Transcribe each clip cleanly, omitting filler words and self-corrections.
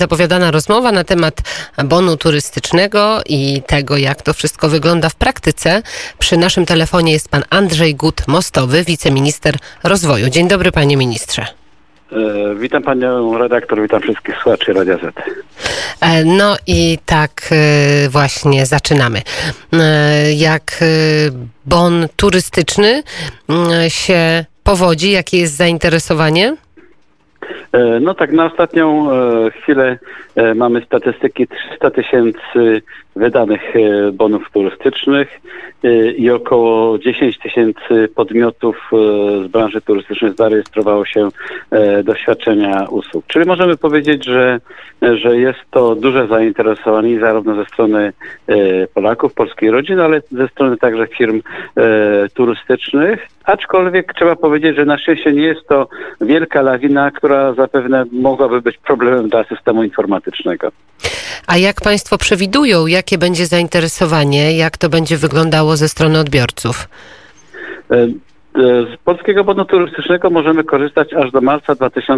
Zapowiadana rozmowa na temat bonu turystycznego i tego, jak to wszystko wygląda w praktyce. Przy naszym telefonie jest pan Andrzej Gut-Mostowy, wiceminister rozwoju. Dzień dobry, panie ministrze. Witam panią redaktor, witam wszystkich słuchaczy Radia Z. No i tak właśnie zaczynamy. Jak bon turystyczny się powodzi? Jakie jest zainteresowanie? No tak, na ostatnią chwilę mamy statystyki 300 tysięcy wydanych bonów turystycznych i około 10 tysięcy podmiotów z branży turystycznej zarejestrowało się do świadczenia usług. Czyli możemy powiedzieć, że jest to duże zainteresowanie zarówno ze strony Polaków, polskiej rodziny, ale ze strony także firm turystycznych. Aczkolwiek trzeba powiedzieć, że na szczęście nie jest to wielka lawina, która zapewne mogłaby być problemem dla systemu informatycznego. A jak państwo przewidują, jakie będzie zainteresowanie, jak to będzie wyglądało ze strony odbiorców? Z polskiego bonu turystycznego możemy korzystać aż do marca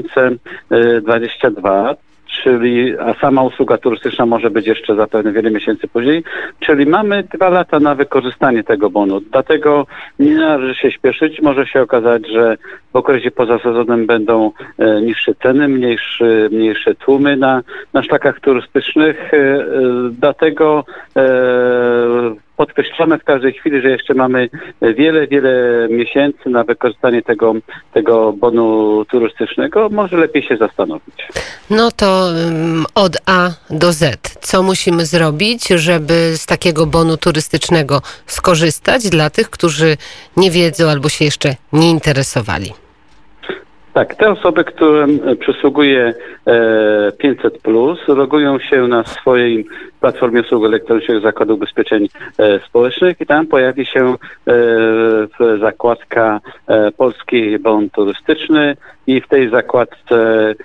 2022. A sama usługa turystyczna może być jeszcze zapewne wiele miesięcy później, czyli mamy 2 lata na wykorzystanie tego bonu. Dlatego nie należy się śpieszyć. Może się okazać, że w okresie poza sezonem będą niższe ceny, mniejsze tłumy na szlakach turystycznych. Dlatego podkreślamy w każdej chwili, że jeszcze mamy wiele miesięcy na wykorzystanie tego bonu turystycznego. Może lepiej się zastanowić. No to od A do Z. Co musimy zrobić, żeby z takiego bonu turystycznego skorzystać dla tych, którzy nie wiedzą albo się jeszcze nie interesowali? Tak, te osoby, którym przysługuje 500+, logują się na swojej platformie usług elektronicznych Zakładu Ubezpieczeń Społecznych i tam pojawi się zakładka Polski Bon Turystyczny i w tej zakładce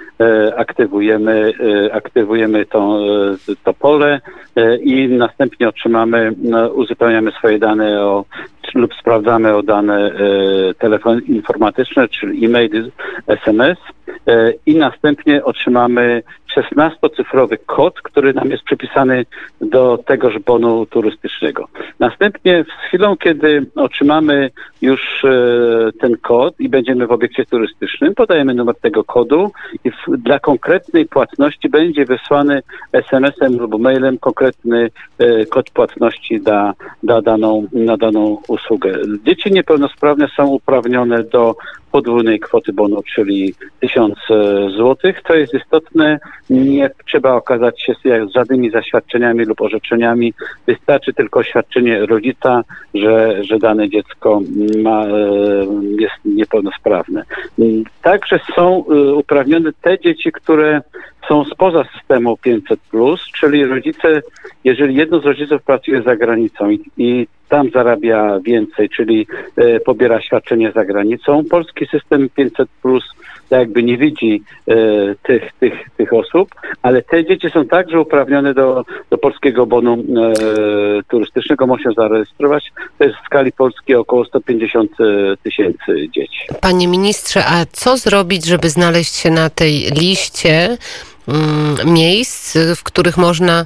aktywujemy to pole i następnie uzupełniamy swoje dane lub sprawdzamy o dane telefon informatyczne, czyli e-mail, SMS i następnie otrzymamy 16-cyfrowy kod, który nam jest przypisany do tegoż bonu turystycznego. Następnie z chwilą, kiedy otrzymamy już ten kod i będziemy w obiekcie turystycznym, podajemy numer tego kodu i dla konkretnej płatności będzie wysłany SMS-em lub mailem konkretny kod płatności na daną usługę. Dzieci niepełnosprawne są uprawnione do podwójnej kwoty bonu, czyli 1000 zł. To jest istotne. Nie trzeba okazać się z żadnymi zaświadczeniami lub orzeczeniami. Wystarczy tylko oświadczenie rodzica, że dane dziecko jest niepełnosprawne. Także są uprawnione te dzieci, które są spoza systemu 500+, czyli rodzice, jeżeli jedno z rodziców pracuje za granicą i tam zarabia więcej, czyli pobiera świadczenie za granicą. Polski system 500+ jakby nie widzi tych osób, ale te dzieci są także uprawnione do polskiego bonu turystycznego, muszą zarejestrować. To jest w skali Polski około 150 tysięcy dzieci. Panie ministrze, a co zrobić, żeby znaleźć się na tej liście miejsc, w których można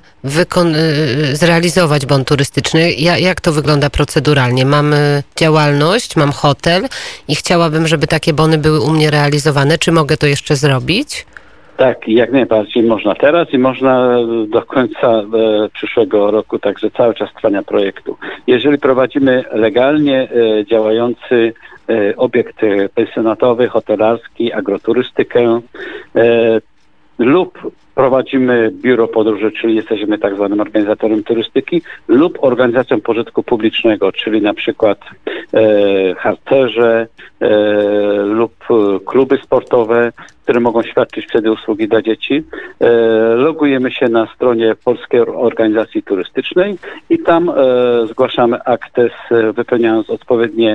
zrealizować bon turystyczny? Jak to wygląda proceduralnie? Mam działalność, mam hotel i chciałabym, żeby takie bony były u mnie realizowane. Czy mogę to jeszcze zrobić? Tak, jak najbardziej można teraz i można do końca przyszłego roku, także cały czas trwania projektu. Jeżeli prowadzimy legalnie działający obiekt pensjonatowy, hotelarski, agroturystykę lub prowadzimy biuro podróży, czyli jesteśmy tak zwanym organizatorem turystyki lub organizacją pożytku publicznego, czyli na przykład harcerze lub kluby sportowe, które mogą świadczyć wtedy usługi dla dzieci. Logujemy się na stronie Polskiej Organizacji Turystycznej i tam zgłaszamy akces, wypełniając odpowiednie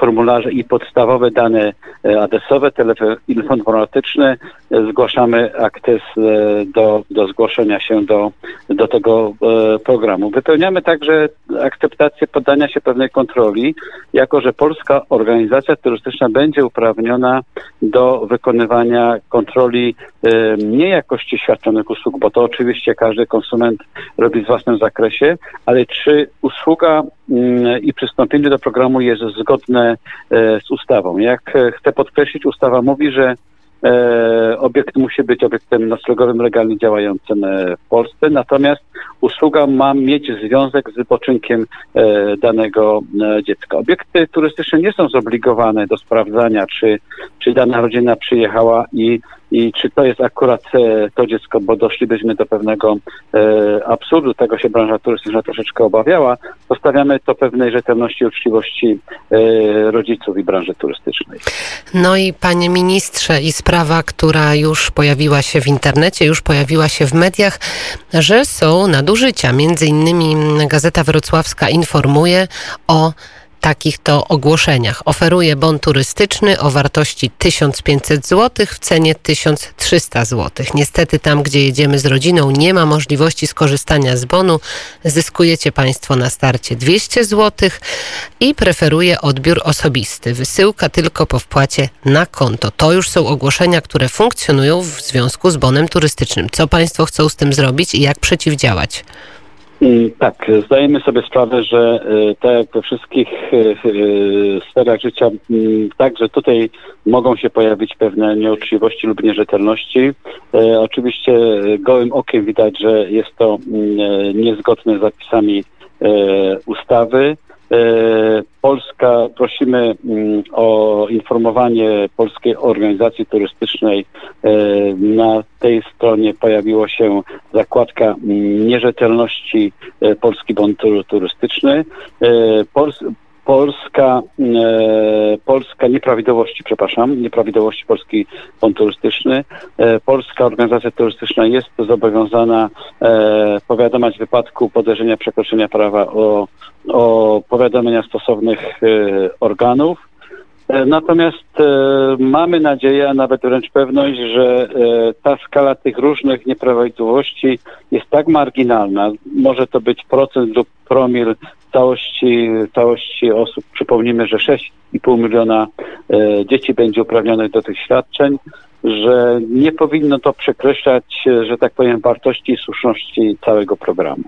formularze i podstawowe dane adresowe, telefon informatyczny. Zgłaszamy akces do zgłoszenia się do tego programu. Wypełniamy także akceptację poddania się pewnej kontroli, jako że Polska Organizacja Turystyczna będzie uprawniona do wykonywania kontroli nie jakości świadczonych usług, bo to oczywiście każdy konsument robi w własnym zakresie, ale czy usługa i przystąpienie do programu jest zgodne z ustawą. Jak chcę podkreślić, ustawa mówi, że obiekt musi być obiektem noclegowym legalnie działającym w Polsce, natomiast usługa ma mieć związek z wypoczynkiem danego dziecka. Obiekty turystyczne nie są zobligowane do sprawdzania, czy dana rodzina przyjechała i czy to jest akurat to dziecko, bo doszlibyśmy do pewnego absurdu, tego się branża turystyczna troszeczkę obawiała. Postawiamy to pewnej rzetelności i uczciwości rodziców i branży turystycznej. No i panie ministrze, i sprawa, która już pojawiła się w internecie, już pojawiła się w mediach, że są nadużycia. Między innymi Gazeta Wrocławska informuje o takich to ogłoszeniach. Oferuje bon turystyczny o wartości 1500 zł w cenie 1300 zł. Niestety tam, gdzie jedziemy z rodziną, nie ma możliwości skorzystania z bonu. Zyskujecie państwo na starcie 200 zł i preferuje odbiór osobisty. Wysyłka tylko po wpłacie na konto. To już są ogłoszenia, które funkcjonują w związku z bonem turystycznym. Co państwo chcą z tym zrobić i jak przeciwdziałać? Tak, zdajemy sobie sprawę, że tak jak we wszystkich sferach życia, także tutaj mogą się pojawić pewne nieuczciwości lub nierzetelności. Oczywiście gołym okiem widać, że jest to niezgodne z zapisami ustawy. Prosimy o informowanie Polskiej Organizacji Turystycznej. Na tej stronie pojawiła się zakładka nierzetelności Polski Bon Turystyczny. Nieprawidłowości Polski Bon Turystyczny. Polska Organizacja Turystyczna jest zobowiązana powiadamiać w wypadku podejrzenia przekroczenia prawa o powiadomienia stosownych organów. Natomiast mamy nadzieję, a nawet wręcz pewność, że ta skala tych różnych nieprawidłowości jest tak marginalna, może to być procent lub promil całości osób. Przypomnijmy, że 6,5 miliona dzieci będzie uprawnionych do tych świadczeń, że nie powinno to przekreślać, że tak powiem, wartości i słuszności całego programu.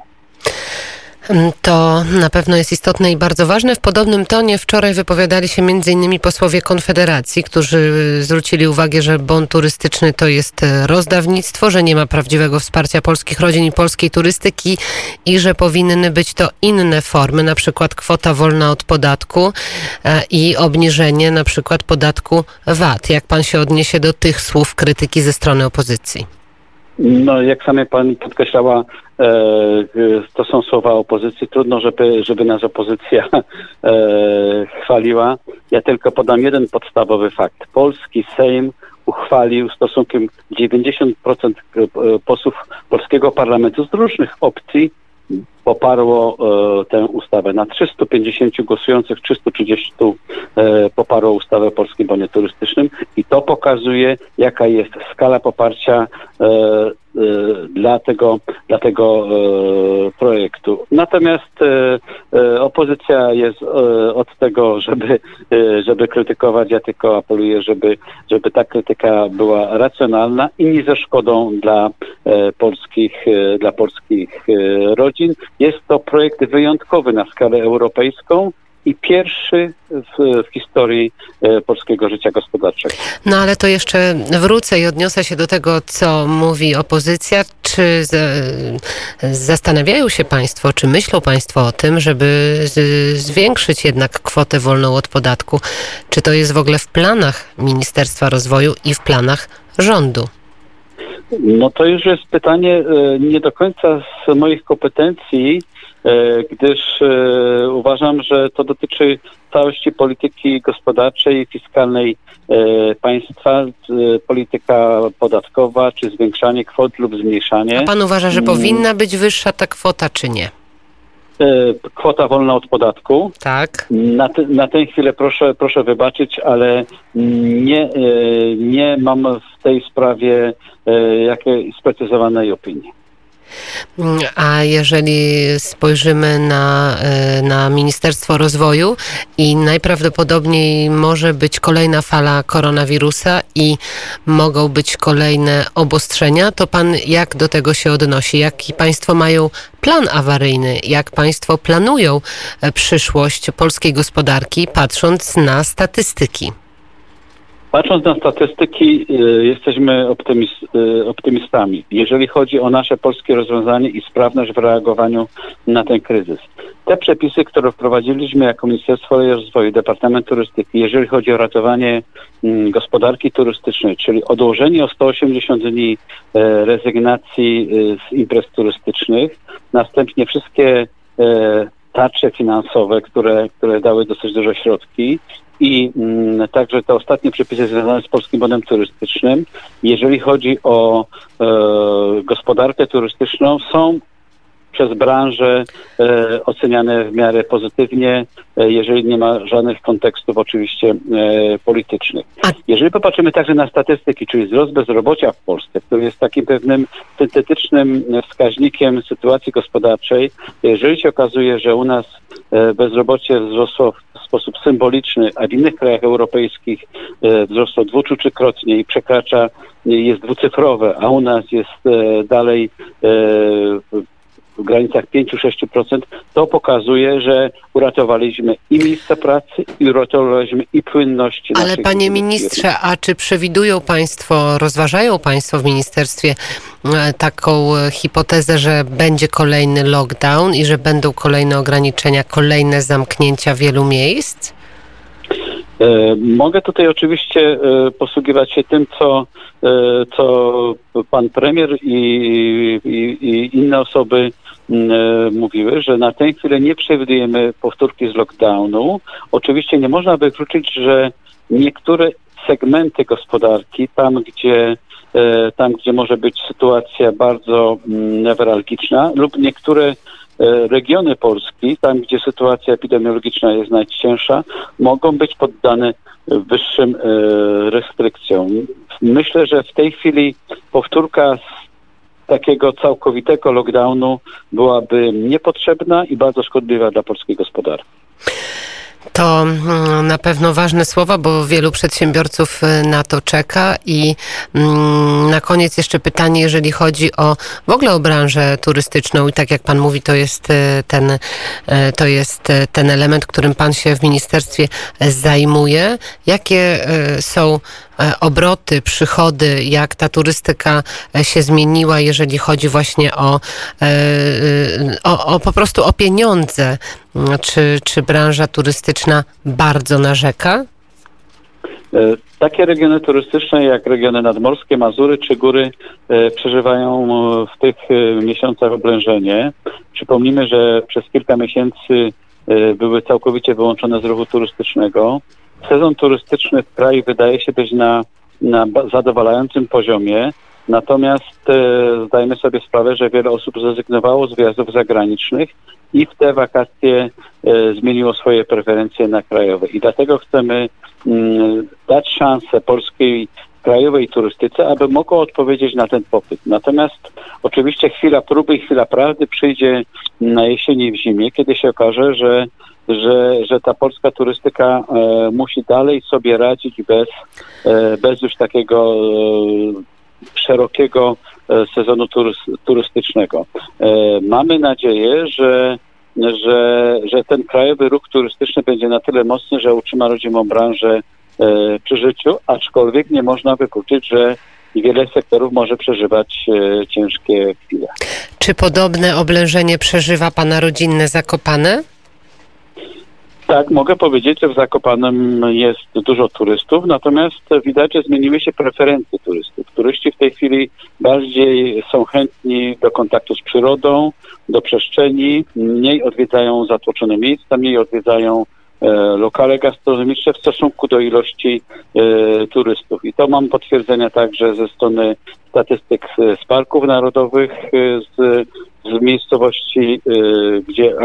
To na pewno jest istotne i bardzo ważne. W podobnym tonie wczoraj wypowiadali się m.in. posłowie Konfederacji, którzy zwrócili uwagę, że bon turystyczny to jest rozdawnictwo, że nie ma prawdziwego wsparcia polskich rodzin i polskiej turystyki i że powinny być to inne formy, na przykład kwota wolna od podatku i obniżenie na przykład podatku VAT. Jak pan się odniesie do tych słów krytyki ze strony opozycji? No, jak sama pani podkreślała, to są słowa opozycji. Trudno, żeby nas opozycja chwaliła. Ja tylko podam jeden podstawowy fakt. Polski Sejm uchwalił stosunkiem 90% posłów polskiego parlamentu z różnych opcji poparło tę ustawę. Na 350 głosujących 330 poparło ustawę o Polskim Bonie Turystycznym i to pokazuje, jaka jest skala poparcia dla tego projektu. Natomiast opozycja jest od tego, żeby krytykować. Ja tylko apeluję, żeby ta krytyka była racjonalna i nie ze szkodą dla polskich rodzin. Jest to projekt wyjątkowy na skalę europejską i pierwszy w historii polskiego życia gospodarczego. No ale to jeszcze wrócę i odniosę się do tego, co mówi opozycja. Czy zastanawiają się państwo, czy myślą państwo o tym, żeby zwiększyć jednak kwotę wolną od podatku? Czy to jest w ogóle w planach Ministerstwa Rozwoju i w planach rządu? No to już jest pytanie nie do końca z moich kompetencji, gdyż uważam, że to dotyczy całości polityki gospodarczej i fiskalnej państwa, polityka podatkowa, czy zwiększanie kwot lub zmniejszanie. A pan uważa, że powinna być wyższa ta kwota, czy nie? Kwota wolna od podatku. Tak. Na tę chwilę proszę wybaczyć, ale nie mam w tej sprawie jakiejś sprecyzowanej opinii. A jeżeli spojrzymy na Ministerstwo Rozwoju i najprawdopodobniej może być kolejna fala koronawirusa i mogą być kolejne obostrzenia, to pan jak do tego się odnosi? Jaki państwo mają plan awaryjny? Jak państwo planują przyszłość polskiej gospodarki, patrząc na statystyki? Patrząc na statystyki, jesteśmy optymistami, jeżeli chodzi o nasze polskie rozwiązanie i sprawność w reagowaniu na ten kryzys. Te przepisy, które wprowadziliśmy jako Ministerstwo Rozwoju, Departament Turystyki, jeżeli chodzi o ratowanie gospodarki turystycznej, czyli odłożenie o 180 dni rezygnacji z imprez turystycznych, następnie wszystkie tarcze finansowe, które dały dosyć dużo środki, i także te ostatnie przepisy związane z Polskim Bonem Turystycznym, jeżeli chodzi o gospodarkę turystyczną, są przez branżę oceniane w miarę pozytywnie, jeżeli nie ma żadnych kontekstów oczywiście politycznych. Jeżeli popatrzymy także na statystyki, czyli wzrost bezrobocia w Polsce, który jest takim pewnym syntetycznym wskaźnikiem sytuacji gospodarczej, jeżeli się okazuje, że u nas bezrobocie wzrosło w sposób symboliczny, a w innych krajach europejskich wzrosło dwu- czy trzykrotnie i jest dwucyfrowe, a u nas jest dalej w granicach 5-6%, to pokazuje, że uratowaliśmy i miejsca pracy, i uratowaliśmy i płynność. Ale panie ministrze, a czy przewidują państwo, rozważają państwo w ministerstwie taką hipotezę, że będzie kolejny lockdown i że będą kolejne ograniczenia, kolejne zamknięcia wielu miejsc? Mogę tutaj oczywiście posługiwać się tym, co pan premier i inne osoby mówiły, że na tę chwilę nie przewidujemy powtórki z lockdownu. Oczywiście nie można wykluczyć, że niektóre segmenty gospodarki, tam gdzie może być sytuacja bardzo newralgiczna, lub niektóre regiony Polski, tam gdzie sytuacja epidemiologiczna jest najcięższa, mogą być poddane wyższym restrykcjom. Myślę, że w tej chwili powtórka takiego całkowitego lockdownu byłaby niepotrzebna i bardzo szkodliwa dla polskiej gospodarki. To na pewno ważne słowa, bo wielu przedsiębiorców na to czeka. I na koniec jeszcze pytanie, jeżeli chodzi w ogóle o branżę turystyczną i tak jak pan mówi, to jest ten element, którym pan się w ministerstwie zajmuje. Jakie są obroty, przychody, jak ta turystyka się zmieniła, jeżeli chodzi właśnie o po prostu o pieniądze? Czy branża turystyczna bardzo narzeka? Takie regiony turystyczne jak regiony nadmorskie, Mazury czy góry przeżywają w tych miesiącach oblężenie. Przypomnijmy, że przez kilka miesięcy były całkowicie wyłączone z ruchu turystycznego. Sezon turystyczny w kraju wydaje się być na zadowalającym poziomie, natomiast zdajemy sobie sprawę, że wiele osób zrezygnowało z wyjazdów zagranicznych i w te wakacje zmieniło swoje preferencje na krajowe. I dlatego chcemy dać szansę polskiej krajowej turystyce, aby mogła odpowiedzieć na ten popyt. Natomiast oczywiście chwila próby i chwila prawdy przyjdzie na jesieni i w zimie, kiedy się okaże, że ta polska turystyka musi dalej sobie radzić bez już takiego szerokiego sezonu turystycznego. Mamy nadzieję, że ten krajowy ruch turystyczny będzie na tyle mocny, że utrzyma rodzimą branżę przy życiu, aczkolwiek nie można wykluczyć, że wiele sektorów może przeżywać ciężkie chwile. Czy podobne oblężenie przeżywa pana rodzinne Zakopane? Tak, mogę powiedzieć, że w Zakopanem jest dużo turystów, natomiast widać, że zmieniły się preferencje turystów. Turyści w tej chwili bardziej są chętni do kontaktu z przyrodą, do przestrzeni, mniej odwiedzają zatłoczone miejsca, mniej odwiedzają lokale gastronomiczne w stosunku do ilości turystów. I to mam potwierdzenia także ze strony statystyk z parków narodowych, z miejscowości, gdzie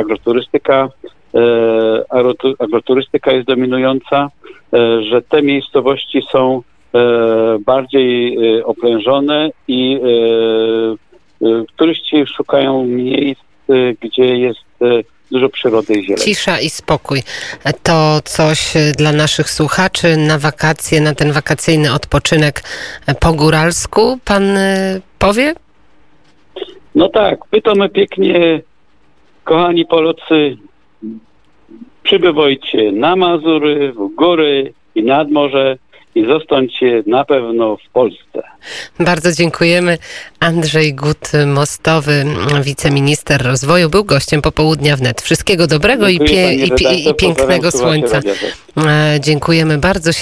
agroturystyka jest dominująca, że te miejscowości są bardziej oprężone i turyści szukają miejsc, gdzie jest dużo przyrody i zieleni. Cisza i spokój. To coś dla naszych słuchaczy na wakacje, na ten wakacyjny odpoczynek po góralsku. Pan powie? No tak, pytamy pięknie, kochani Polacy, przybywajcie na Mazury, w góry i nad morze i zostańcie na pewno w Polsce. Bardzo dziękujemy. Andrzej Gut-Mostowy, wiceminister rozwoju, był gościem Popołudnia Wnet. Wszystkiego dobrego i pięknego słońca. Dziękujemy bardzo.